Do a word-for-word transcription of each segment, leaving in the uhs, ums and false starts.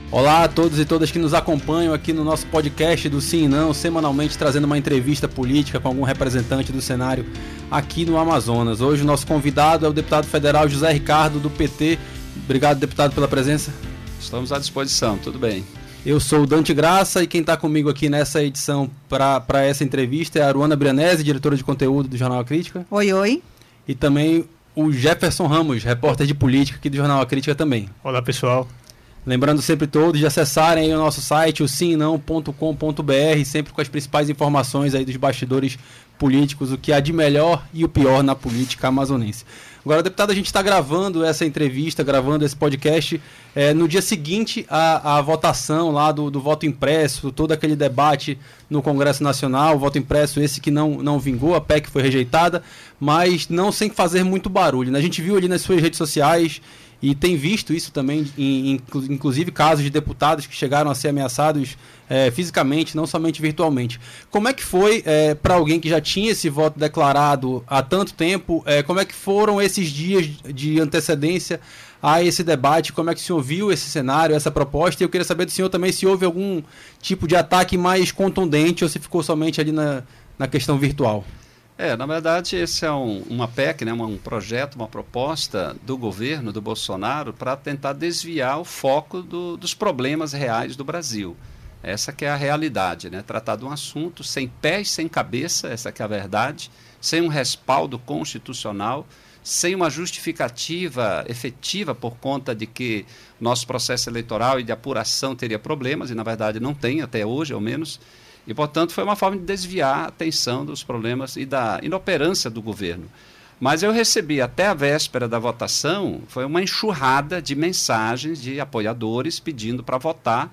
Olá a todos e todas que nos acompanham aqui no nosso podcast do Sim e Não, semanalmente trazendo uma entrevista política com algum representante do cenário aqui no Amazonas. Hoje o nosso convidado é o deputado federal José Ricardo, do P T. Obrigado, deputado, pela presença. Estamos à disposição, tudo bem. Eu sou o Dante Graça e quem está comigo aqui nessa edição para essa entrevista é a Aruana Brianese, diretora de conteúdo do Jornal A Crítica. Oi, oi. E também o Jefferson Ramos, repórter de política aqui do Jornal A Crítica também. Olá, pessoal. Lembrando sempre todos de acessarem aí o nosso site, o sim não ponto com ponto b r, sempre com as principais informações aí dos bastidores políticos, o que há de melhor e o pior na política amazonense. Agora, deputado, a gente está gravando essa entrevista, gravando esse podcast é, no dia seguinte à, à votação lá do, do voto impresso, todo aquele debate no Congresso Nacional, o voto impresso esse que não, não vingou, a P E C foi rejeitada, mas não sem fazer muito barulho, né? A gente viu ali nas suas redes sociais e tem visto isso também, em, em, inclusive casos de deputados que chegaram a ser ameaçados é, fisicamente, não somente virtualmente. Como é que foi, é, para alguém que já tinha esse voto declarado há tanto tempo, é, como é que foram esses dias de antecedência a esse debate? Como é que o senhor viu esse cenário, essa proposta? E eu queria saber do senhor também se houve algum tipo de ataque mais contundente ou se ficou somente ali na, na questão virtual. É, na verdade, esse é um, uma P E C, né, um projeto, uma proposta do governo, do Bolsonaro, para tentar desviar o foco do, dos problemas reais do Brasil. Essa que é a realidade, né? Tratar de um assunto sem pés, sem cabeça, essa que é a verdade, sem um respaldo constitucional, sem uma justificativa efetiva por conta de que nosso processo eleitoral e de apuração teria problemas, e na verdade não tem, até hoje ao menos. E, portanto, foi uma forma de desviar a atenção dos problemas e da inoperância do governo. Mas eu recebi, até a véspera da votação, foi uma enxurrada de mensagens de apoiadores pedindo para votar,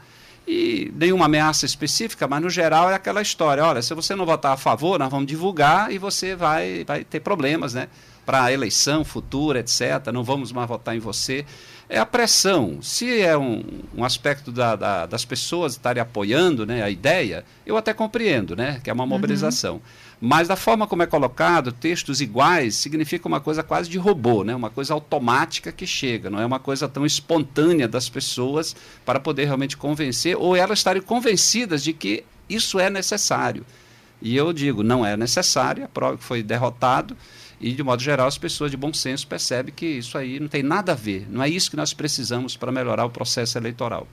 e nenhuma ameaça específica, mas no geral é aquela história, olha, se você não votar a favor, nós vamos divulgar e você vai, vai ter problemas, né, para a eleição futura, etcétera, não vamos mais votar em você. É a pressão. Se é um, um aspecto da, da, das pessoas estarem apoiando, né, a ideia, eu até compreendo, né, que é uma mobilização. Uhum. Mas da forma como é colocado, textos iguais, significa uma coisa quase de robô, né, uma coisa automática que chega, não é uma coisa tão espontânea das pessoas para poder realmente convencer, ou elas estarem convencidas de que isso é necessário. E eu digo, não é necessário, a prova que foi derrotado. E, de modo geral, as pessoas de bom senso percebem que isso aí não tem nada a ver. Não é isso que nós precisamos para melhorar o processo eleitoral.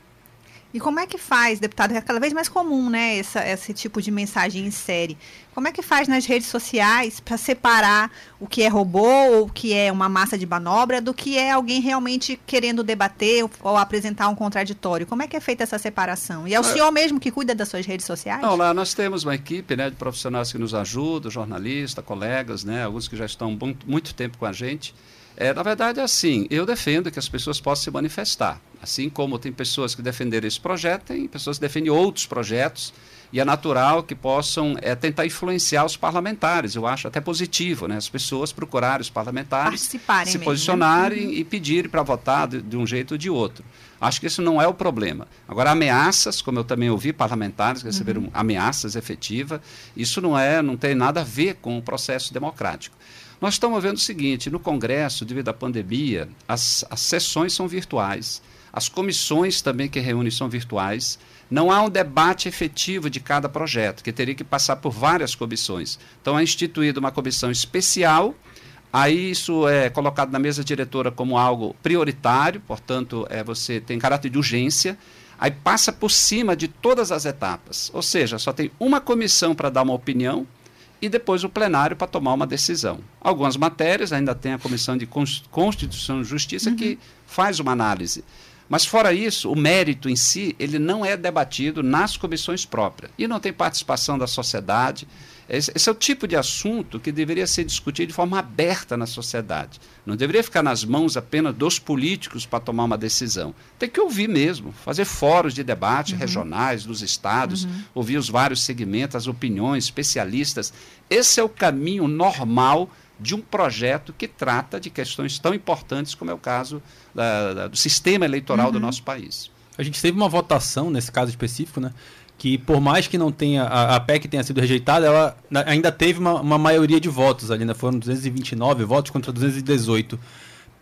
E como é que faz, deputado? É cada vez mais comum, né, essa, esse tipo de mensagem em série. Como é que faz nas redes sociais para separar o que é robô ou o que é uma massa de manobra do que é alguém realmente querendo debater ou, ou apresentar um contraditório? Como é que é feita essa separação? E é o é. senhor mesmo que cuida das suas redes sociais? Não, lá nós temos uma equipe, né, de profissionais que nos ajudam, jornalistas, colegas, né, alguns que já estão muito, muito tempo com a gente. É, na verdade, é assim, eu defendo que as pessoas possam se manifestar. Assim como tem pessoas que defenderam esse projeto, tem pessoas que defendem outros projetos, e é natural que possam é, tentar influenciar os parlamentares. Eu acho até positivo, né? As pessoas procurarem os parlamentares, participarem se mesmo, posicionarem, né? E pedirem para votar de, de um jeito ou de outro. Acho que isso não é o problema. Agora, ameaças, como eu também ouvi parlamentares que receberam uhum. ameaças efetivas, isso não, é, não tem nada a ver com o processo democrático. Nós estamos vendo o seguinte, no Congresso, devido à pandemia, as, as sessões são virtuais, as comissões também que reúnem são virtuais, não há um debate efetivo de cada projeto, que teria que passar por várias comissões. Então, é instituída uma comissão especial, aí isso é colocado na mesa diretora como algo prioritário, portanto, é, você tem caráter de urgência, aí passa por cima de todas as etapas, ou seja, só tem uma comissão para dar uma opinião, e depois o plenário para tomar uma decisão. Algumas matérias ainda tem a Comissão de Constituição e Justiça uhum. que faz uma análise. Mas fora isso, o mérito em si, ele não é debatido nas comissões próprias. E não tem participação da sociedade. Esse, esse é o tipo de assunto que deveria ser discutido de forma aberta na sociedade. Não deveria ficar nas mãos apenas dos políticos para tomar uma decisão. Tem que ouvir mesmo, fazer fóruns de debate uhum. regionais, dos estados, uhum. ouvir os vários segmentos, as opiniões, especialistas. Esse é o caminho normal de um projeto que trata de questões tão importantes como é o caso da, da, do sistema eleitoral uhum. do nosso país. A gente teve uma votação, nesse caso específico, né, que por mais que não tenha a, a P E C tenha sido rejeitada, ela ainda teve uma, uma maioria de votos ali, né, foram duzentos e vinte e nove votos contra duzentos e dezoito.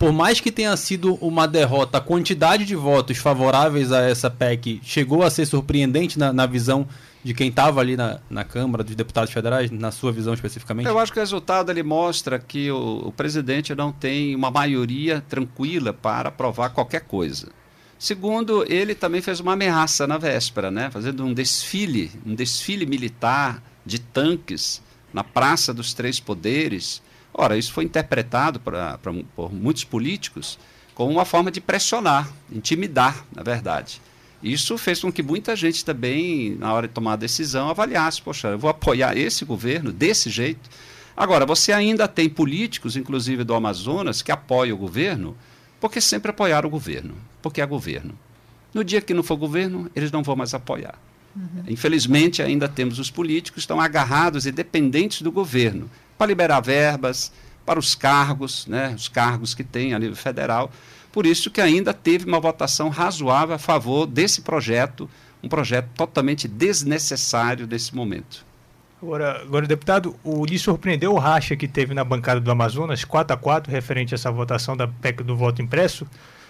por mais que tenha sido uma derrota, a quantidade de votos favoráveis a essa P E C chegou a ser surpreendente na, na visão de quem estava ali na, na Câmara dos Deputados Federais, na sua visão especificamente? Eu acho que o resultado ele mostra que o, o presidente não tem uma maioria tranquila para aprovar qualquer coisa. Segundo, ele também fez uma ameaça na véspera, né? Fazendo um desfile, um desfile militar de tanques na Praça dos Três Poderes. Ora, isso foi interpretado pra, pra, por muitos políticos como uma forma de pressionar, intimidar, na verdade. Isso fez com que muita gente também, na hora de tomar a decisão, avaliasse, poxa, eu vou apoiar esse governo desse jeito. Agora, você ainda tem políticos, inclusive do Amazonas, que apoiam o governo, porque sempre apoiaram o governo, porque é governo. No dia que não for governo, eles não vão mais apoiar. Uhum. Infelizmente, ainda temos os políticos que estão agarrados e dependentes do governo para liberar verbas, para os cargos, né, os cargos que tem a nível federal. Por isso que ainda teve uma votação razoável a favor desse projeto, um projeto totalmente desnecessário nesse momento. Agora, agora deputado, o, lhe surpreendeu o racha que teve na bancada do Amazonas, quatro a quatro, referente a essa votação da P E C do voto impresso?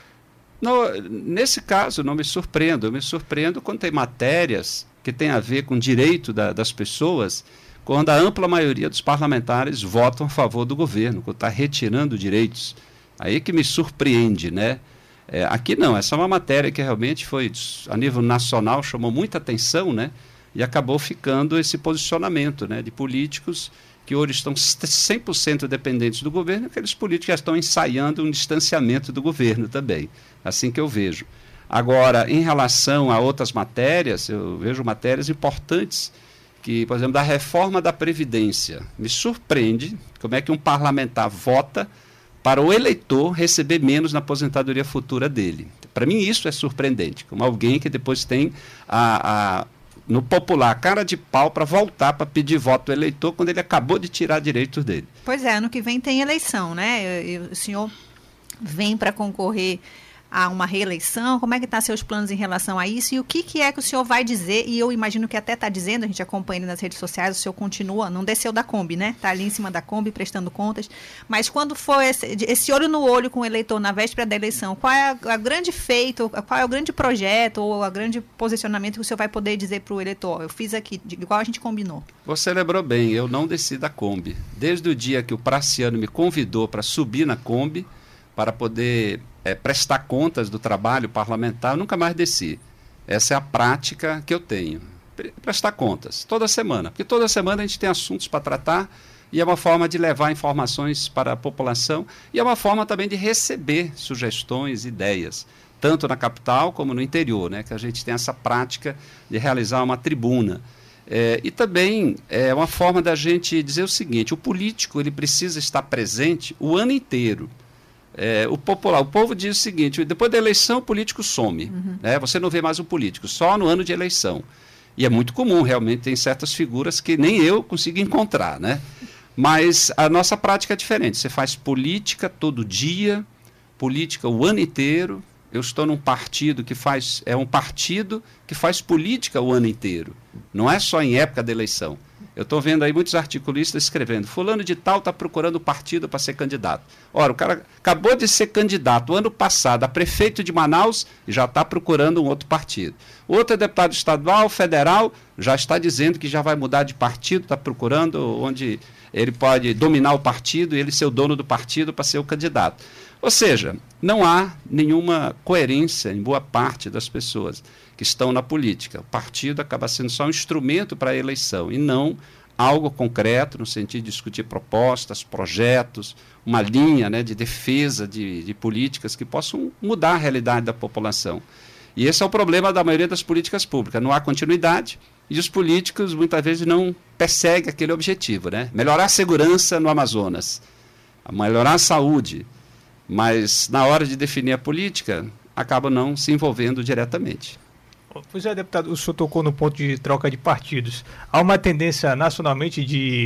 Não, nesse caso, não me surpreendo. Eu me surpreendo quando tem matérias que têm a ver com o direito da, das pessoas, quando a ampla maioria dos parlamentares votam a favor do governo, quando está retirando direitos. Aí que me surpreende, né? É, aqui não, essa é uma matéria que realmente foi, a nível nacional, chamou muita atenção, né? E acabou ficando esse posicionamento, né, de políticos que hoje estão cem por cento dependentes do governo, aqueles políticos já estão ensaiando um distanciamento do governo também, assim que eu vejo. Agora, em relação a outras matérias, eu vejo matérias importantes, que, por exemplo, da reforma da Previdência. Me surpreende como é que um parlamentar vota para o eleitor receber menos na aposentadoria futura dele. Para mim isso é surpreendente, como alguém que depois tem, a, a, no popular, cara de pau para voltar para pedir voto do eleitor quando ele acabou de tirar direitos dele. Pois é, ano que vem tem eleição, né? E o senhor vem para concorrer a uma reeleição, como é que estão seus planos em relação a isso e o que, que é que o senhor vai dizer, e eu imagino que até está dizendo, a gente acompanha nas redes sociais, o senhor continua, não desceu da Kombi, né? Está ali em cima da Kombi prestando contas, mas quando for esse, esse olho no olho com o eleitor na véspera da eleição, qual é a, a grande feito, qual é o grande projeto ou o grande posicionamento que o senhor vai poder dizer para o eleitor? Eu fiz aqui, igual a gente combinou. Você lembrou bem, eu não desci da Kombi. Desde o dia que o Praciano me convidou para subir na Kombi, para poder é, prestar contas do trabalho parlamentar, eu nunca mais desci. Essa é a prática que eu tenho. Prestar contas, toda semana. Porque toda semana a gente tem assuntos para tratar e é uma forma de levar informações para a população e é uma forma também de receber sugestões, ideias, tanto na capital como no interior, né, que a gente tem essa prática de realizar uma tribuna. É, e também é uma forma da gente dizer o seguinte, o político ele precisa estar presente o ano inteiro. É, o popular, o povo diz o seguinte, depois da eleição o político some, uhum. né? Você não vê mais o político, só no ano de eleição. E é muito comum, realmente tem certas figuras que nem eu consigo encontrar, né? Mas a nossa prática é diferente, você faz política todo dia, política o ano inteiro. Eu estou num partido que faz, é um partido que faz política o ano inteiro, não é só em época da eleição. Eu estou vendo aí muitos articulistas escrevendo, fulano de tal está procurando partido para ser candidato. Ora, o cara acabou de ser candidato ano passado a prefeito de Manaus e já está procurando um outro partido. Outro é deputado estadual, federal, já está dizendo que já vai mudar de partido, está procurando onde ele pode dominar o partido e ele ser o dono do partido para ser o candidato. Ou seja, não há nenhuma coerência em boa parte das pessoas que estão na política. O partido acaba sendo só um instrumento para a eleição e não algo concreto no sentido de discutir propostas, projetos, uma linha, né, de defesa de, de políticas que possam mudar a realidade da população. E esse é o problema da maioria das políticas públicas. Não há continuidade e os políticos muitas vezes não perseguem aquele objetivo, né? Melhorar a segurança no Amazonas, melhorar a saúde, mas na hora de definir a política acaba não se envolvendo diretamente. Pois é, deputado, o senhor tocou no ponto de troca de partidos. Há uma tendência nacionalmente de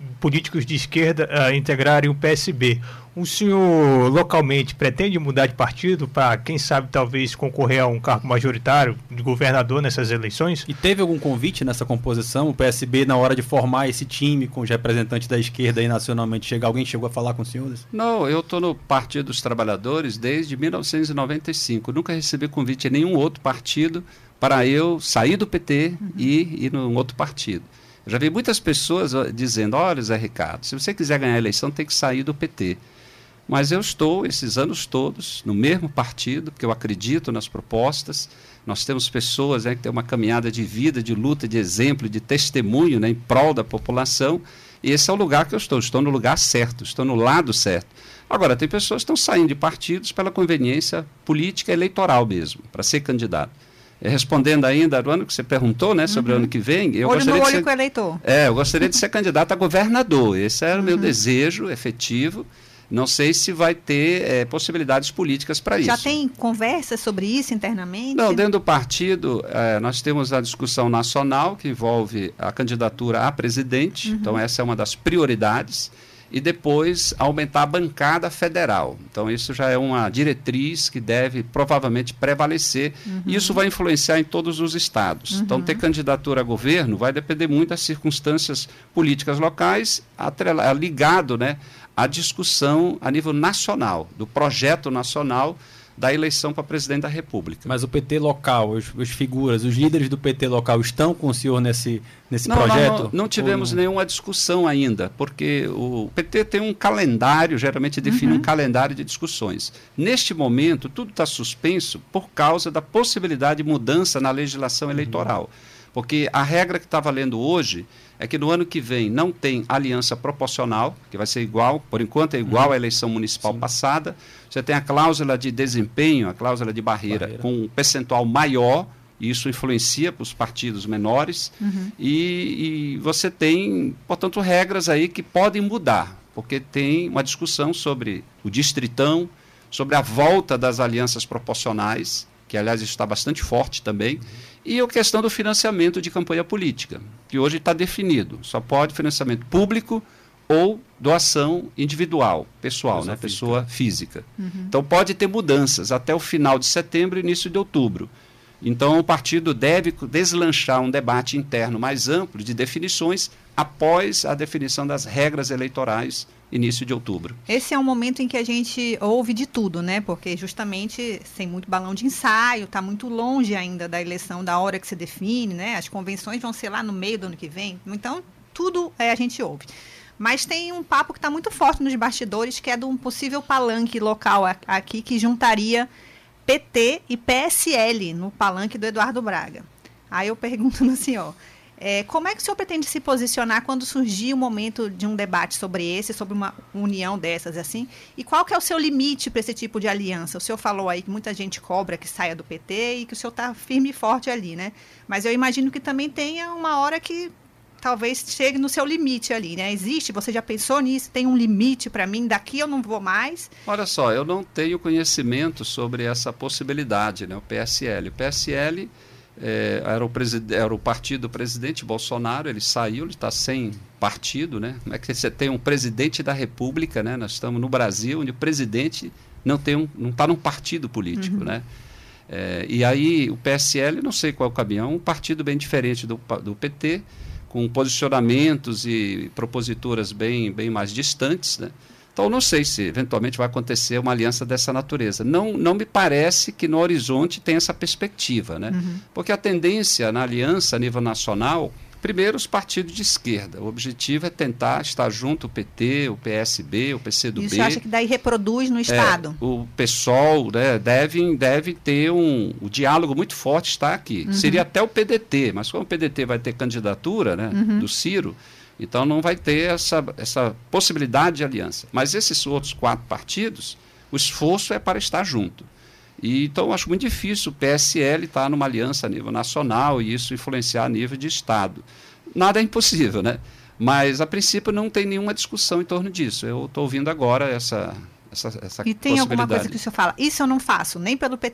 políticos de esquerda uh, integrarem o P S B. O senhor localmente pretende mudar de partido para, quem sabe, talvez concorrer a um cargo majoritário de governador nessas eleições? E teve algum convite nessa composição? O P S B, na hora de formar esse time com os representantes da esquerda aí nacionalmente, chega, alguém chegou a falar com os senhores? Não, eu estou no Partido dos Trabalhadores desde mil novecentos e noventa e cinco. Nunca recebi convite em nenhum outro partido para eu sair do P T uhum. e ir num outro partido. Eu já vi muitas pessoas dizendo, olha, Zé Ricardo, se você quiser ganhar a eleição, tem que sair do P T. Mas eu estou, esses anos todos, no mesmo partido, porque eu acredito nas propostas. Nós temos pessoas, né, que têm uma caminhada de vida, de luta, de exemplo, de testemunho, né, em prol da população. E esse é o lugar que eu estou. Estou no lugar certo, estou no lado certo. Agora, tem pessoas que estão saindo de partidos pela conveniência política eleitoral mesmo, para ser candidato. Respondendo ainda ao ano que você perguntou, né, sobre uhum. o ano que vem, eu olho gostaria no de olho ser, com o eleitor. É, eu gostaria de ser candidato a governador. Esse era uhum. o meu desejo efetivo. Não sei se vai ter é, possibilidades políticas para isso. Já tem conversa sobre isso internamente? Não, dentro do partido, é, nós temos a discussão nacional, que envolve a candidatura a presidente, uhum. então essa é uma das prioridades, e depois aumentar a bancada federal. Então isso já é uma diretriz que deve provavelmente prevalecer, uhum. e isso vai influenciar em todos os estados. Uhum. Então ter candidatura a governo vai depender muito das circunstâncias políticas locais, atrela, ligado, né, à discussão a nível nacional, do projeto nacional da eleição para presidente da República. Mas o P T local, os, os figuras, os líderes do P T local estão com o senhor nesse, nesse não, projeto? Não, não tivemos não? nenhuma discussão ainda, porque o P T tem um calendário, geralmente define uhum. um calendário de discussões. Neste momento, tudo está suspenso por causa da possibilidade de mudança na legislação eleitoral. Uhum. Porque a regra que está valendo hoje é que no ano que vem não tem aliança proporcional, que vai ser igual, por enquanto é igual uhum. à eleição municipal Sim. passada. Você tem a cláusula de desempenho, a cláusula de barreira, barreira. com um percentual maior, e isso influencia para os partidos menores. Uhum. E, e você tem, portanto, regras aí que podem mudar, porque tem uma discussão sobre o distritão, sobre a volta das alianças proporcionais, que aliás está bastante forte também, e a questão do financiamento de campanha política, que hoje está definido, só pode financiamento público ou doação individual, pessoal, pessoa né? física. pessoa física. Uhum. Então pode ter mudanças até o final de setembro e início de outubro. Então o partido deve deslanchar um debate interno mais amplo de definições após a definição das regras eleitorais início de outubro. Esse é um momento em que a gente ouve de tudo, né? Porque justamente sem muito balão de ensaio, está muito longe ainda da eleição, da hora que se define, né? As convenções vão ser lá no meio do ano que vem. Então, tudo é, a gente ouve. Mas tem um papo que está muito forte nos bastidores, que é de um possível palanque local aqui que juntaria P T e P S L no palanque do Eduardo Braga. Aí eu pergunto no senhor, É, como é que o senhor pretende se posicionar quando surgir o momento de um debate sobre esse, sobre uma união dessas, assim? E qual que é o seu limite para esse tipo de aliança? O senhor falou aí que muita gente cobra que saia do P T e que o senhor está firme e forte ali, né? Mas eu imagino que também tenha uma hora que talvez chegue no seu limite ali, né? Existe? Você já pensou nisso? Tem um limite para mim? Daqui eu não vou mais? Olha só, eu não tenho conhecimento sobre essa possibilidade, né? O P S L. O P S L... É, era, o era o partido do presidente Bolsonaro, ele saiu, ele está sem partido, né? Como é que você tem um presidente da República, né? Nós estamos no Brasil, onde o presidente não tem um, não está num partido político, uhum. né? É, e aí o P S L, não sei qual é o caminho, é um partido bem diferente do, do P T, com posicionamentos e proposituras bem, bem mais distantes, né? Então, não sei se eventualmente vai acontecer uma aliança dessa natureza. Não, não me parece que no horizonte tem essa perspectiva, né? Uhum. Porque a tendência na aliança a nível nacional, primeiro os partidos de esquerda. O objetivo é tentar estar junto o P T, o P S B, o P C do B. E você acha que daí reproduz no Estado? É, o PSOL, né, deve, deve ter um... O diálogo muito forte está aqui. Uhum. Seria até o P D T, mas como o P D T vai ter candidatura, né, uhum. do Ciro... Então não vai ter essa, essa possibilidade de aliança. Mas esses outros quatro partidos, o esforço é para estar junto. E, então eu acho muito difícil o P S L estar numa aliança a nível nacional e isso influenciar a nível de Estado. Nada é impossível, né? Mas a princípio não tem nenhuma discussão em torno disso. Eu estou ouvindo agora essa, essa, essa E tem alguma coisa que o senhor fala, isso eu não faço, nem pelo P T?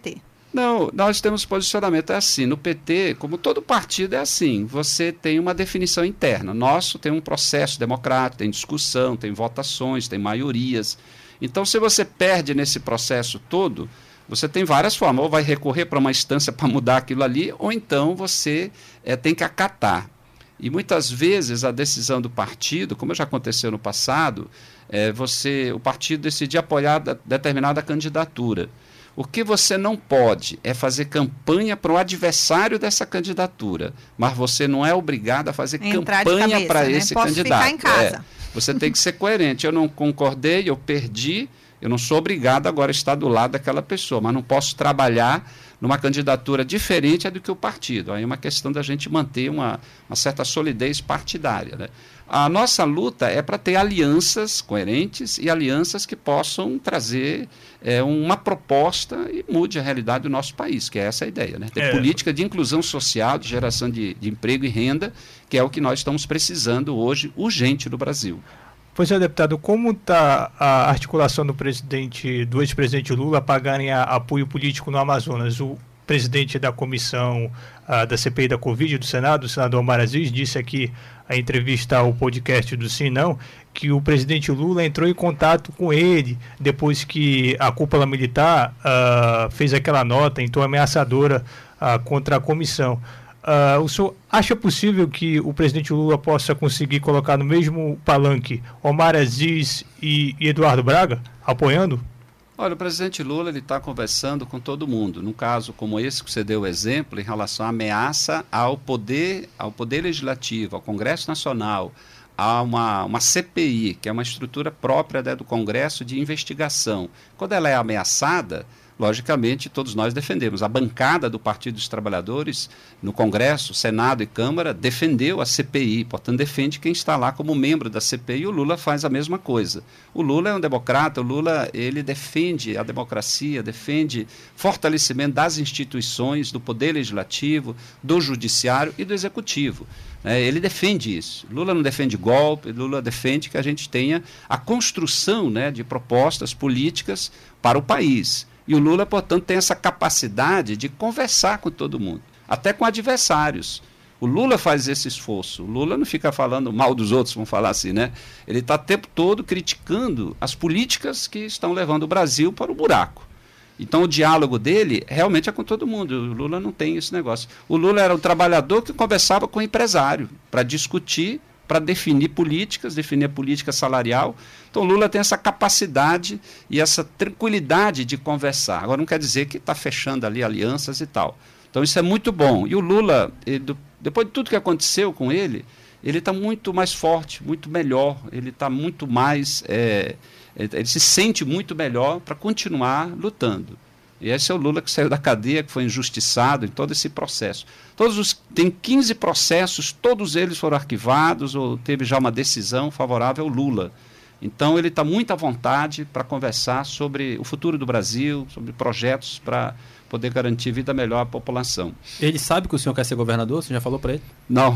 Não, nós temos posicionamento, é assim, no P T, como todo partido é assim, você tem uma definição interna. Nosso tem um processo democrático, tem discussão, tem votações, tem maiorias. Então, se você perde nesse processo todo, você tem várias formas, ou vai recorrer para uma instância para mudar aquilo ali, ou então você é, tem que acatar. E muitas vezes a decisão do partido, como já aconteceu no passado, é, você, o partido decidir apoiar da, determinada candidatura. O que você não pode é fazer campanha para o adversário dessa candidatura, mas você não é obrigado a fazer Entrar campanha para né? esse Posso candidato. Ficar em casa. É, você tem que ser coerente. Eu não concordei, eu perdi, eu não sou obrigado agora a estar do lado daquela pessoa, mas não posso trabalhar numa candidatura diferente do que o partido. Aí é uma questão da gente manter uma, uma certa solidez partidária, né? A nossa luta é para ter alianças coerentes e alianças que possam trazer é, uma proposta e mude a realidade do nosso país, que é essa a ideia, né? Ter é. política de inclusão social, de geração de, de emprego e renda, que é o que nós estamos precisando hoje, urgente no Brasil. Pois é, deputado, como está a articulação do presidente, do ex-presidente Lula para ganhar apoio político no Amazonas? O presidente da comissão uh, da C P I da Covid do Senado, o senador Omar Aziz, disse aqui a entrevista ao podcast do Sim Não, que o presidente Lula entrou em contato com ele depois que a cúpula militar uh, fez aquela nota, então ameaçadora uh, contra a comissão. Uh, o senhor acha possível que o presidente Lula possa conseguir colocar no mesmo palanque Omar Aziz e, e Eduardo Braga, apoiando? Olha, o presidente Lula está conversando com todo mundo. Num caso como esse que você deu o exemplo, em relação à ameaça ao poder, ao poder legislativo, ao Congresso Nacional, a uma, uma C P I, que é uma estrutura própria, né, do Congresso de investigação. Quando ela é ameaçada, logicamente, todos nós defendemos. A bancada do Partido dos Trabalhadores, no Congresso, Senado e Câmara, defendeu a C P I, portanto, defende quem está lá como membro da C P I, e o Lula faz a mesma coisa. O Lula é um democrata, o Lula ele defende a democracia, defende fortalecimento das instituições, do Poder Legislativo, do Judiciário e do Executivo. É, ele defende isso. Lula não defende golpe, Lula defende que a gente tenha a construção, né, de propostas políticas para o país. E o Lula, portanto, tem essa capacidade de conversar com todo mundo, até com adversários. O Lula faz esse esforço. O Lula não fica falando mal dos outros, vamos falar assim, né? Ele está o tempo todo criticando as políticas que estão levando o Brasil para o buraco. Então, o diálogo dele realmente é com todo mundo. O Lula não tem esse negócio. O Lula era um trabalhador que conversava com o empresário para discutir, para definir políticas, definir a política salarial. Então, o Lula tem essa capacidade e essa tranquilidade de conversar. Agora, não quer dizer que está fechando ali alianças e tal. Então, isso é muito bom. E o Lula, ele, depois de tudo que aconteceu com ele, ele está muito mais forte, muito melhor, ele está muito mais... É, ele se sente muito melhor para continuar lutando. E esse é o Lula que saiu da cadeia, que foi injustiçado em todo esse processo. Todos os, tem quinze processos, todos eles foram arquivados ou teve já uma decisão favorável ao Lula. Então ele está muito à vontade para conversar sobre o futuro do Brasil, sobre projetos para poder garantir vida melhor à população. Ele sabe que o senhor quer ser governador? Você já falou para ele? Não.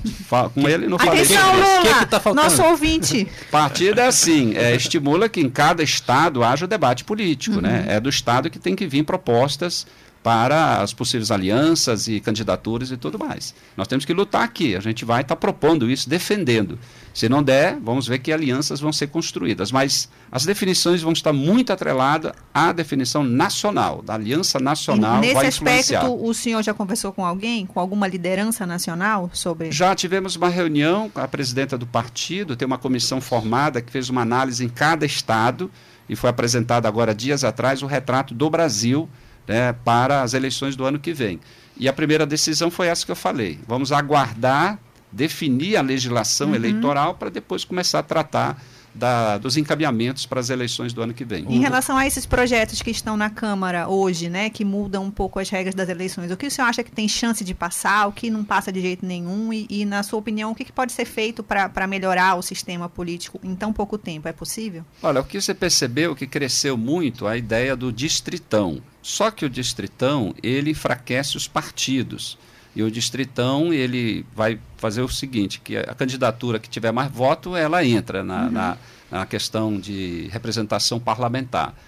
Com ele não falei. Atenção, Lula! Que que tá faltando? Nosso ouvinte. Partido é assim, é, estimula que em cada estado haja debate político, uhum. né? É do estado que tem que vir propostas para as possíveis alianças e candidaturas e tudo mais. Nós temos que lutar aqui, a gente vai estar tá propondo isso, defendendo. Se não der, vamos ver que alianças vão ser construídas, mas as definições vão estar muito atreladas à definição nacional, da aliança nacional. E nesse vai aspecto, o senhor já conversou com alguém, com alguma liderança nacional sobre... Já tivemos uma reunião com a presidenta do partido, tem uma comissão formada que fez uma análise em cada estado e foi apresentado agora, dias atrás, o retrato do Brasil, né, para as eleições do ano que vem. E a primeira decisão foi essa que eu falei. Vamos aguardar, definir a legislação uhum. eleitoral para depois começar a tratar da, dos encaminhamentos para as eleições do ano que vem. Em relação a esses projetos que estão na Câmara hoje, né, que mudam um pouco as regras das eleições, o que o senhor acha que tem chance de passar, o que não passa de jeito nenhum e, e na sua opinião, o que, que pode ser feito para melhorar o sistema político em tão pouco tempo? É possível? Olha, o que você percebeu que cresceu muito a ideia do distritão. Só que o distritão, ele enfraquece os partidos. E o distritão, ele vai fazer o seguinte, que a candidatura que tiver mais voto, ela entra na, uhum. na, na questão de representação parlamentar.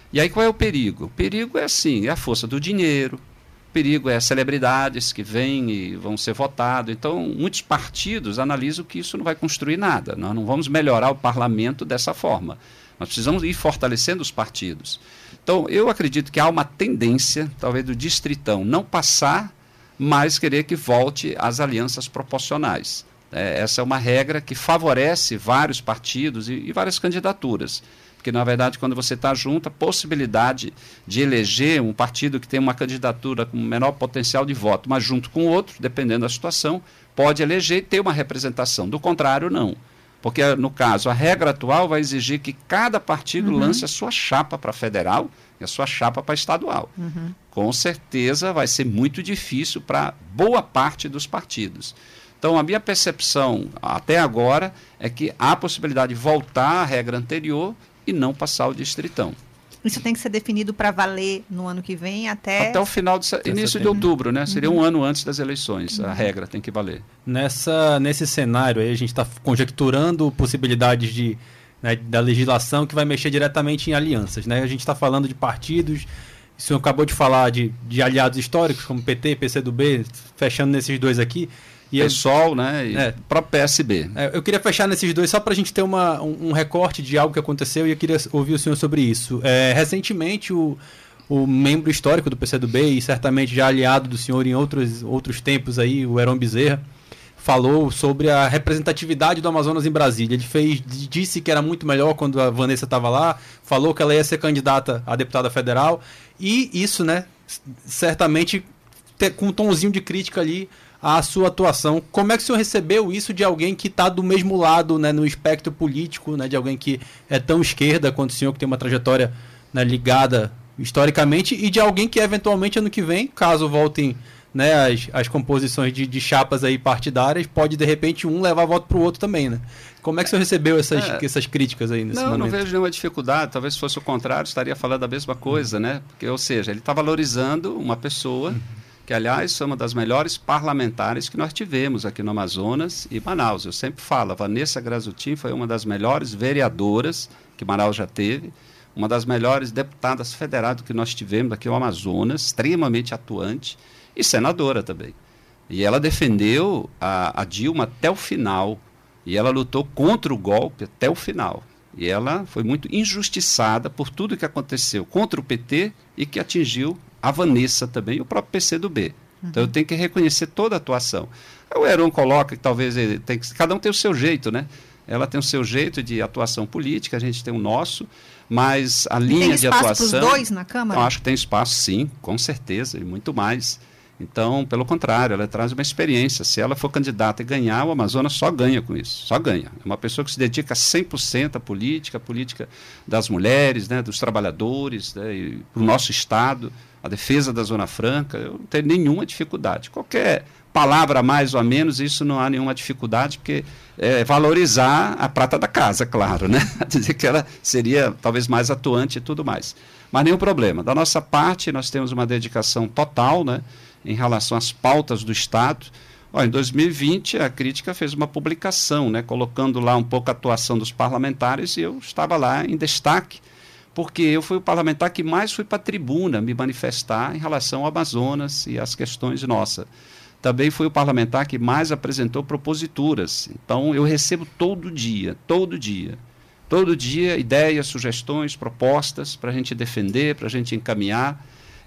E aí qual é o perigo? O perigo é assim, é a força do dinheiro, o perigo é celebridades que vêm e vão ser votados. Então, muitos partidos analisam que isso não vai construir nada. Nós não vamos melhorar o parlamento dessa forma. Nós precisamos ir fortalecendo os partidos. Então, eu acredito que há uma tendência, talvez, do distritão não passar, mas querer que volte às alianças proporcionais. É, essa é uma regra que favorece vários partidos e, e várias candidaturas. Porque, na verdade, quando você está junto, a possibilidade de eleger um partido que tem uma candidatura com menor potencial de voto, mas junto com outro, dependendo da situação, pode eleger e ter uma representação. Do contrário, não. Porque, no caso, a regra atual vai exigir que cada partido uhum. lance a sua chapa para federal e a sua chapa para estadual. Uhum. Com certeza vai ser muito difícil para boa parte dos partidos. Então, a minha percepção até agora é que há a possibilidade de voltar à regra anterior e não passar o distritão. Isso tem que ser definido para valer no ano que vem até... Até o final, de, início de outubro, né? Seria uhum. um ano antes das eleições, uhum. a regra tem que valer. Nessa, nesse cenário aí, a gente está conjecturando possibilidades de, né, da legislação que vai mexer diretamente em alianças, né? A gente está falando de partidos, o senhor acabou de falar de, de aliados históricos, como P T, P C do B, fechando nesses dois aqui. E PSOL, né? E é, próprio P S B. É, eu queria fechar nesses dois só para a gente ter uma, um, um recorte de algo que aconteceu e eu queria ouvir o senhor sobre isso. É, recentemente, o, o membro histórico do P C do B e certamente já aliado do senhor em outros, outros tempos, aí, o Heron Bezerra, falou sobre a representatividade do Amazonas em Brasília. Ele fez, disse que era muito melhor quando a Vanessa estava lá, falou que ela ia ser candidata a deputada federal e isso, né, certamente ter, com um tomzinho de crítica ali a sua atuação. Como é que o senhor recebeu isso de alguém que está do mesmo lado, né, no espectro político, né, de alguém que é tão esquerda quanto o senhor, que tem uma trajetória, né, ligada historicamente, e de alguém que eventualmente ano que vem, caso voltem, né, as, as composições de, de chapas aí partidárias, pode de repente um levar voto para o outro também, né? Como é que o senhor recebeu essas, é, essas críticas aí nesse não, momento? Não, não vejo nenhuma dificuldade, talvez se fosse o contrário, estaria falando a mesma coisa, uhum. né? Porque, ou seja, ele está valorizando uma pessoa... Uhum. que, aliás, é uma das melhores parlamentares que nós tivemos aqui no Amazonas e Manaus. Eu sempre falo, a Vanessa Grazutin foi uma das melhores vereadoras que Manaus já teve, uma das melhores deputadas federais que nós tivemos aqui no Amazonas, extremamente atuante, e senadora também. E ela defendeu a, a Dilma até o final, e ela lutou contra o golpe até o final. E ela foi muito injustiçada por tudo que aconteceu contra o P T e que atingiu a Vanessa também e o próprio P C do B. Uhum. Então eu tenho que reconhecer toda a atuação. O Heron coloca que talvez ele tem que, cada um tem o seu jeito, né? Ela tem o seu jeito de atuação política, a gente tem o nosso, mas a linha de atuação... Tem espaço para os dois na Câmara? Eu acho que tem espaço, sim, com certeza, e muito mais. Então, pelo contrário, ela traz uma experiência. Se ela for candidata e ganhar, o Amazonas só ganha com isso, só ganha. É uma pessoa que se dedica cem por cento à política, à política das mulheres, né, dos trabalhadores, né, para o nosso Estado, a defesa da Zona Franca. Eu não tenho nenhuma dificuldade. Qualquer palavra a mais ou a menos, isso não há nenhuma dificuldade, porque é valorizar a prata da casa, claro, né? Dizer que ela seria talvez mais atuante e tudo mais. Mas nenhum problema. Da nossa parte, nós temos uma dedicação total, né, em relação às pautas do Estado. Ó, em dois mil e vinte, a crítica fez uma publicação, né, colocando lá um pouco a atuação dos parlamentares, e eu estava lá em destaque, porque eu fui o parlamentar que mais fui para a tribuna me manifestar em relação ao Amazonas e às questões nossas. Também fui o parlamentar que mais apresentou proposituras. Então, eu recebo todo dia, todo dia, todo dia ideias, sugestões, propostas para a gente defender, para a gente encaminhar.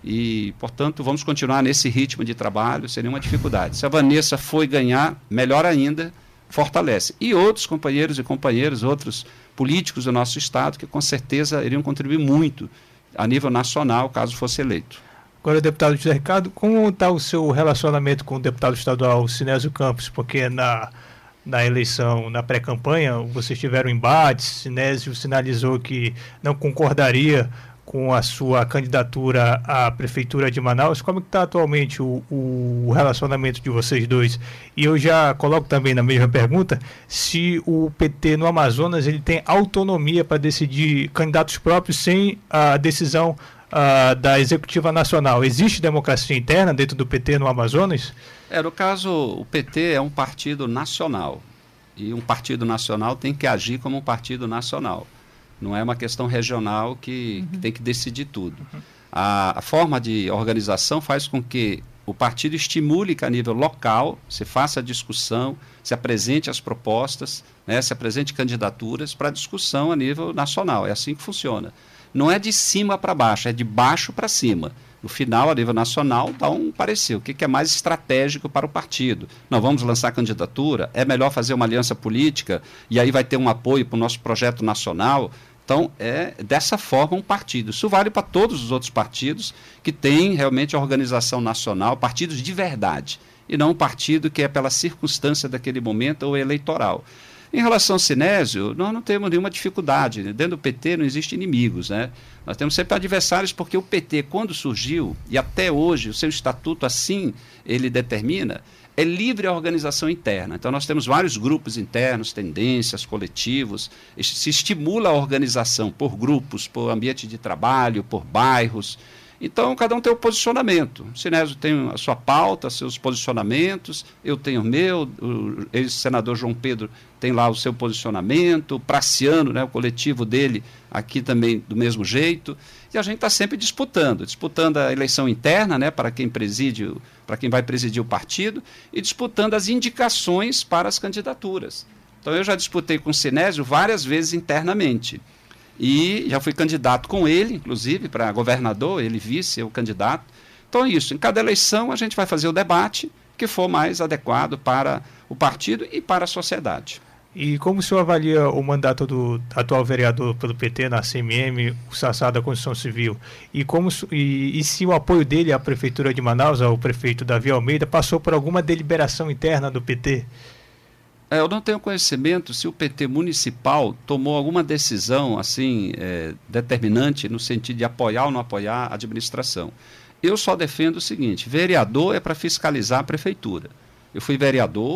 E, portanto, vamos continuar nesse ritmo de trabalho, sem nenhuma dificuldade. Se a Vanessa foi ganhar, melhor ainda, fortalece. E outros companheiros e companheiras, outros políticos do nosso Estado, que com certeza iriam contribuir muito a nível nacional, caso fosse eleito. Agora, deputado José Ricardo, como está o seu relacionamento com o deputado estadual Sinésio Campos? Porque na, na eleição, na pré-campanha, vocês tiveram embates, Sinésio sinalizou que não concordaria com a sua candidatura à Prefeitura de Manaus. Como está atualmente o, o relacionamento de vocês dois? E eu já coloco também na mesma pergunta, se o P T no Amazonas ele tem autonomia para decidir candidatos próprios sem a decisão uh, da Executiva Nacional. Existe democracia interna dentro do P T no Amazonas? É, no caso, o P T é um partido nacional. E um partido nacional tem que agir como um partido nacional. Não é uma questão regional que, uhum. que tem que decidir tudo. Uhum. A, a forma de organização faz com que o partido estimule que a nível local se faça a discussão, se apresente as propostas, né, se apresente candidaturas para discussão a nível nacional. É assim que funciona. Não é de cima para baixo, é de baixo para cima. No final, a nível nacional, dá um parecer. O que, que é mais estratégico para o partido? Nós vamos lançar candidatura? É melhor fazer uma aliança política e aí vai ter um apoio para o nosso projeto nacional? Então, é dessa forma um partido. Isso vale para todos os outros partidos que têm realmente a organização nacional, partidos de verdade, e não um partido que é pela circunstância daquele momento ou eleitoral. Em relação ao Sinésio, nós não temos nenhuma dificuldade. Dentro do P T não existem inimigos, né? Nós temos sempre adversários, porque o P T, quando surgiu, e até hoje, o seu estatuto assim ele determina, é livre a organização interna. Então, nós temos vários grupos internos, tendências, coletivos. Se estimula a organização por grupos, por ambiente de trabalho, por bairros. Então, cada um tem o posicionamento. O Sinésio tem a sua pauta, seus posicionamentos, eu tenho o meu, o ex-senador João Pedro tem lá o seu posicionamento, o Praciano, né, o coletivo dele, aqui também do mesmo jeito. E a gente está sempre disputando, disputando a eleição interna, né, para quem preside, para quem vai presidir o partido, e disputando as indicações para as candidaturas. Então, eu já disputei com o Sinésio várias vezes internamente. E já fui candidato com ele, inclusive, para governador, ele vice, eu candidato. Então é isso, em cada eleição a gente vai fazer o debate que for mais adequado para o partido e para a sociedade. E como o senhor avalia o mandato do atual vereador pelo P T na C M M, o Sassá da Construção Civil? E, como, e, e se o apoio dele à Prefeitura de Manaus, ao prefeito Davi Almeida, passou por alguma deliberação interna do P T? Eu não tenho conhecimento se o P T municipal tomou alguma decisão assim é, determinante no sentido de apoiar ou não apoiar a administração. Eu só defendo o seguinte: vereador é para fiscalizar a prefeitura. Eu fui vereador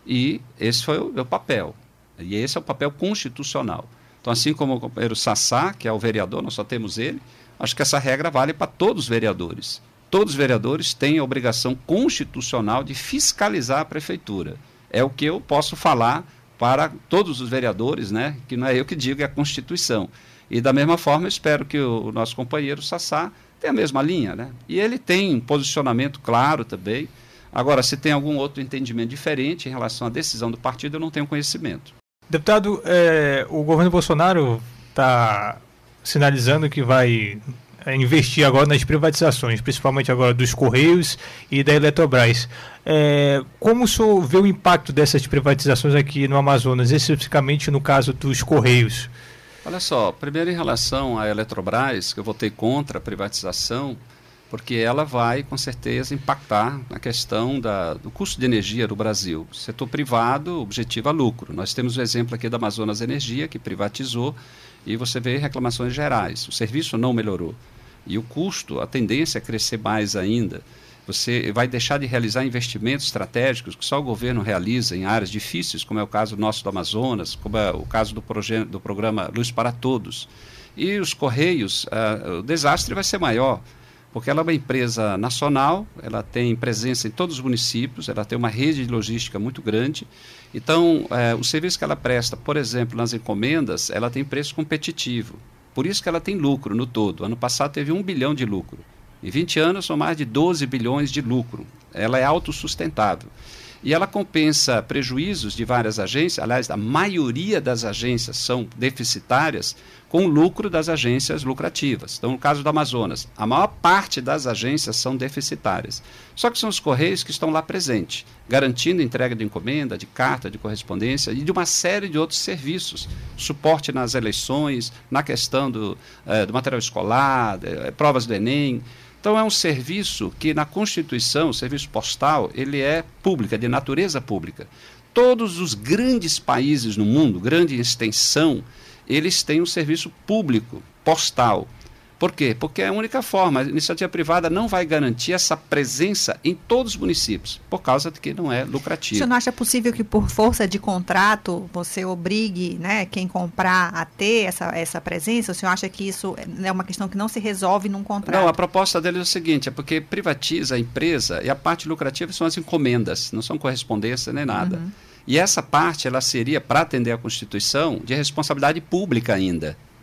e esse foi o meu papel. E esse é o papel constitucional. Então, assim como o companheiro Sassá, que é o vereador, nós só temos ele, acho que essa regra vale para todos os vereadores. Todos os vereadores têm a obrigação constitucional de fiscalizar a prefeitura. É o que eu posso falar para todos os vereadores, né? Que não é eu que digo, é a Constituição. E da mesma forma, eu espero que o, o nosso companheiro Sassá tenha a mesma linha, né? E ele tem um posicionamento claro também. Agora, se tem algum outro entendimento diferente em relação à decisão do partido, eu não tenho conhecimento. Deputado, é, o governo Bolsonaro está sinalizando que vai investir agora nas privatizações, principalmente agora dos Correios e da Eletrobras. É, como o senhor vê o impacto dessas privatizações aqui no Amazonas, especificamente no caso dos Correios? Olha só, primeiro em relação à Eletrobras, que eu votei contra a privatização, porque ela vai, com certeza, impactar na questão da, do custo de energia do Brasil. O setor privado objetiva lucro. Nós temos o exemplo aqui da Amazonas Energia, que privatizou, e você vê reclamações gerais. O serviço não melhorou. E o custo, a tendência é crescer mais ainda. Você vai deixar de realizar investimentos estratégicos que só o governo realiza em áreas difíceis, como é o caso nosso do Amazonas, como é o caso do, proje- do programa Luz para Todos. E os Correios, uh, o desastre vai ser maior, porque ela é uma empresa nacional, ela tem presença em todos os municípios, ela tem uma rede de logística muito grande. Então, eh, o serviço que ela presta, por exemplo, nas encomendas, ela tem preço competitivo. Por isso que ela tem lucro no todo. Ano passado teve um bilhão de lucro. Em vinte anos são mais de doze bilhões de lucro. Ela é autossustentável. E ela compensa prejuízos de várias agências, aliás, a maioria das agências são deficitárias, com o lucro das agências lucrativas. Então, no caso do Amazonas, a maior parte das agências são deficitárias. Só que são os Correios que estão lá presentes, garantindo entrega de encomenda, de carta, de correspondência e de uma série de outros serviços. Suporte nas eleições, na questão do, eh, do material escolar, de, provas do Enem. Então, é um serviço que, na Constituição, o serviço postal, ele é público, é de natureza pública. Todos os grandes países no mundo, grande extensão, eles têm um serviço público postal. Por quê? Porque é a única forma. A iniciativa privada não vai garantir essa presença em todos os municípios, por causa de que não é lucrativo. O senhor não acha possível que, por força de contrato, você obrigue, né, quem comprar a ter essa, essa presença? O senhor acha que isso é uma questão que não se resolve num contrato? Não, a proposta deles é o seguinte, é porque privatiza a empresa e a parte lucrativa são as encomendas, não são correspondência nem nada. Uhum. E essa parte, ela seria, para atender a Constituição, de responsabilidade pública ainda.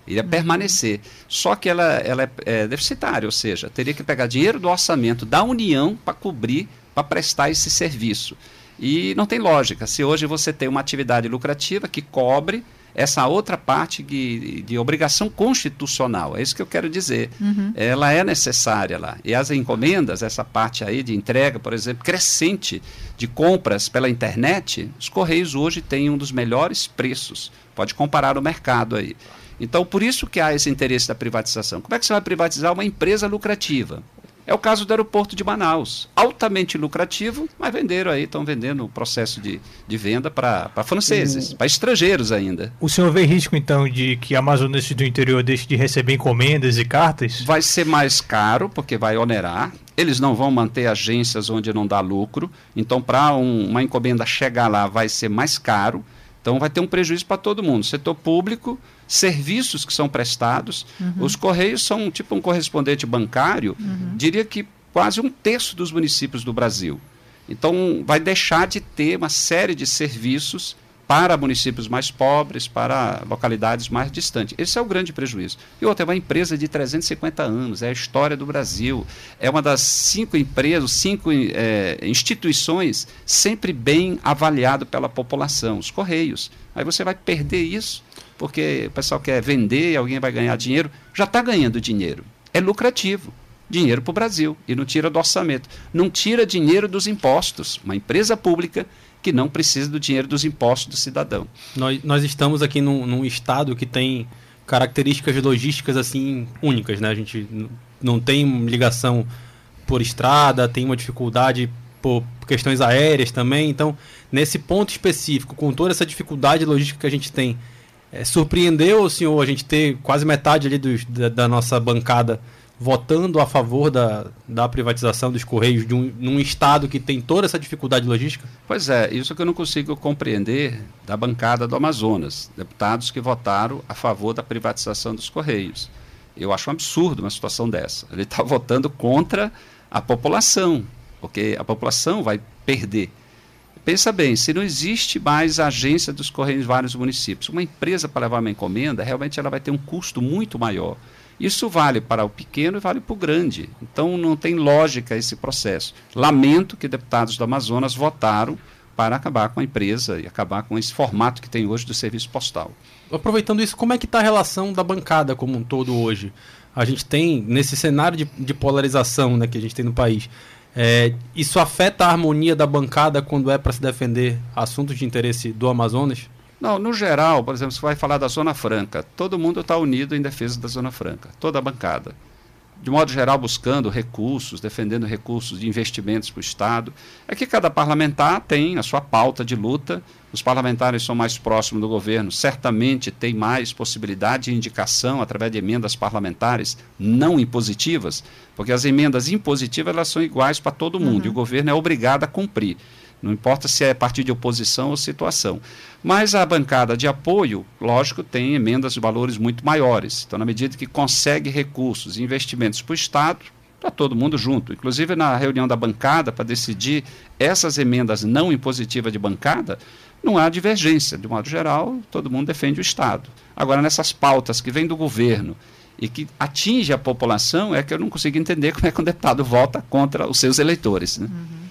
iria uhum. permanecer. Só que ela, ela é, é deficitária, ou seja, teria que pegar dinheiro do orçamento da União para cobrir, para prestar esse serviço. E não tem lógica. Se hoje você tem uma atividade lucrativa que cobre essa outra parte de, de obrigação constitucional, é isso que eu quero dizer. Uhum. Ela é necessária lá. E as encomendas, essa parte aí de entrega, por exemplo, crescente de compras pela internet, os Correios hoje têm um dos melhores preços. Pode comparar o mercado aí. Então, por isso que há esse interesse da privatização. Como é que você vai privatizar uma empresa lucrativa? É o caso do aeroporto de Manaus, altamente lucrativo, mas venderam aí, estão vendendo o processo de, de venda para franceses, para estrangeiros ainda. O senhor vê risco, então, de que amazonenses do interior deixem de receber encomendas e cartas? Vai ser mais caro, porque vai onerar. Eles não vão manter agências onde não dá lucro. Então, para um, uma encomenda chegar lá, vai ser mais caro. Então, vai ter um prejuízo para todo mundo. Setor público, serviços que são prestados. Uhum. Os Correios são tipo um correspondente bancário, uhum. diria que quase um terço dos municípios do Brasil. Então, vai deixar de ter uma série de serviços para municípios mais pobres, para localidades mais distantes. Esse é o grande prejuízo. E outra, é uma empresa de trezentos e cinquenta anos, é a história do Brasil. É uma das cinco empresas, cinco é, instituições sempre bem avaliado pela população, os Correios. Aí você vai perder isso, porque o pessoal quer vender e alguém vai ganhar dinheiro. Já está ganhando dinheiro. É lucrativo. Dinheiro para o Brasil. E não tira do orçamento. Não tira dinheiro dos impostos. Uma empresa pública que não precisa do dinheiro dos impostos do cidadão. Nós, nós estamos aqui num, num estado que tem características logísticas assim únicas, né? A gente não tem ligação por estrada, tem uma dificuldade por questões aéreas também. Então, nesse ponto específico, com toda essa dificuldade logística que a gente tem, é, surpreendeu o senhor a gente ter quase metade ali dos, da, da nossa bancada votando a favor da, da privatização dos Correios de um, num estado que tem toda essa dificuldade logística? Pois é, isso que eu não consigo compreender da bancada do Amazonas, deputados que votaram a favor da privatização dos Correios. Eu acho um absurdo uma situação dessa. Ele está votando contra a população, porque a população vai perder. Pensa bem, se não existe mais agência dos Correios em vários municípios, uma empresa para levar uma encomenda, realmente ela vai ter um custo muito maior. Isso vale para o pequeno e vale para o grande. Então não tem lógica esse processo. Lamento que deputados do Amazonas votaram para acabar com a empresa e acabar com esse formato que tem hoje do serviço postal. Aproveitando isso, como é que está a relação da bancada como um todo hoje? A gente tem, nesse cenário de, de polarização, né, que a gente tem no país, é, isso afeta a harmonia da bancada quando é para se defender assuntos de interesse do Amazonas? Não, no geral, por exemplo, você vai falar da Zona Franca, todo mundo está unido em defesa da Zona Franca, toda a bancada. De modo geral, buscando recursos, defendendo recursos de investimentos para o Estado. É que cada parlamentar tem a sua pauta de luta, os parlamentares são mais próximos do governo, certamente tem mais possibilidade de indicação através de emendas parlamentares não impositivas, porque as emendas impositivas elas são iguais para todo mundo, uhum. e o governo é obrigado a cumprir. Não importa se é partido de oposição ou situação. Mas a bancada de apoio, lógico, tem emendas de valores muito maiores. Então, na medida que consegue recursos e investimentos para o Estado, está todo mundo junto. Inclusive, na reunião da bancada, para decidir essas emendas não impositivas de bancada, não há divergência. De modo geral, todo mundo defende o Estado. Agora, nessas pautas que vêm do governo e que atinge a população, é que eu não consigo entender como é que um deputado vota contra os seus eleitores, né? Uhum.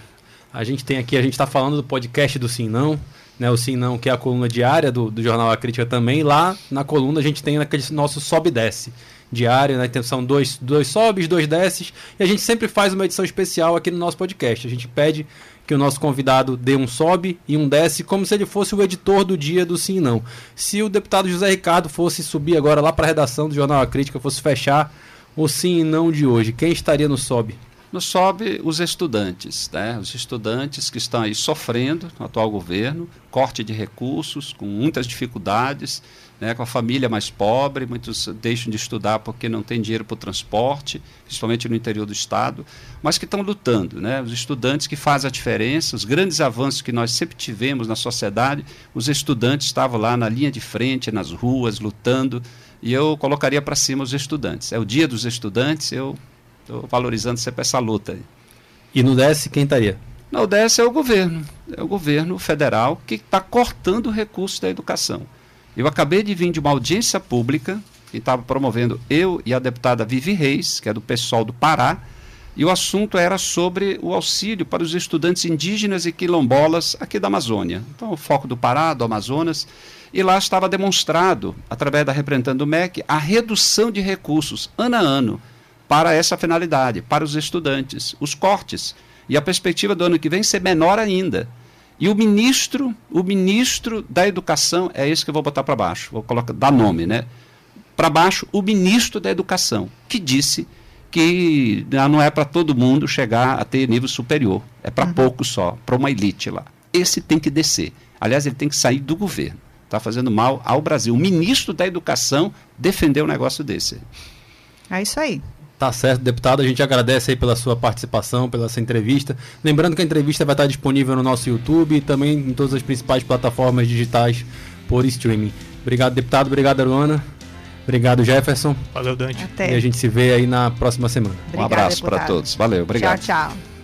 A gente tem aqui, a gente está falando do podcast do Sim Não, né? O Sim Não, que é a coluna diária do, do Jornal A Crítica também. Lá na coluna a gente tem aquele nosso sobe e desce diário, né? São dois, dois sobes, dois desces, e a gente sempre faz uma edição especial aqui no nosso podcast. A gente pede que o nosso convidado dê um sobe e um desce, como se ele fosse o editor do dia do Sim Não. Se o deputado José Ricardo fosse subir agora lá para a redação do Jornal A Crítica, fosse fechar o Sim e Não de hoje, quem estaria no sobe? No sobe os estudantes, né? Os estudantes que estão aí sofrendo no atual governo, corte de recursos, com muitas dificuldades, né? Com a família mais pobre, muitos deixam de estudar porque não tem dinheiro para o transporte, principalmente no interior do estado, mas que estão lutando, né? Os estudantes que fazem a diferença, os grandes avanços que nós sempre tivemos na sociedade, os estudantes estavam lá na linha de frente, nas ruas, lutando, e eu colocaria para cima os estudantes. É o dia dos estudantes, eu estou valorizando sempre essa luta aí. E no desce, quem estaria? No desce é o governo, é o governo federal que está cortando recursos da educação. Eu acabei de vir de uma audiência pública, que estava promovendo eu e a deputada Vivi Reis, que é do pessoal do Pará, e o assunto era sobre o auxílio para os estudantes indígenas e quilombolas aqui da Amazônia. Então, o foco do Pará, do Amazonas, e lá estava demonstrado, através da representante do M E C, a redução de recursos, ano a ano, para essa finalidade, para os estudantes, os cortes, e a perspectiva do ano que vem ser menor ainda. E o ministro, o ministro da Educação, é esse que eu vou botar para baixo, vou colocar, dar nome, né? Para baixo, o ministro da Educação, que disse que não é para todo mundo chegar a ter nível superior, é para uhum. poucos só, para uma elite lá. Esse tem que descer. Aliás, ele tem que sair do governo. Está fazendo mal ao Brasil. O ministro da Educação defendeu um negócio desse. É isso aí. Tá certo, deputado. A gente agradece aí pela sua participação, pela sua entrevista. Lembrando que a entrevista vai estar disponível no nosso YouTube e também em todas as principais plataformas digitais por streaming. Obrigado, deputado. Obrigado, Aruana. Obrigado, Jefferson. Valeu, Dante. Até. E a gente se vê aí na próxima semana. Obrigada, um abraço para todos. Valeu, obrigado. Tchau, tchau.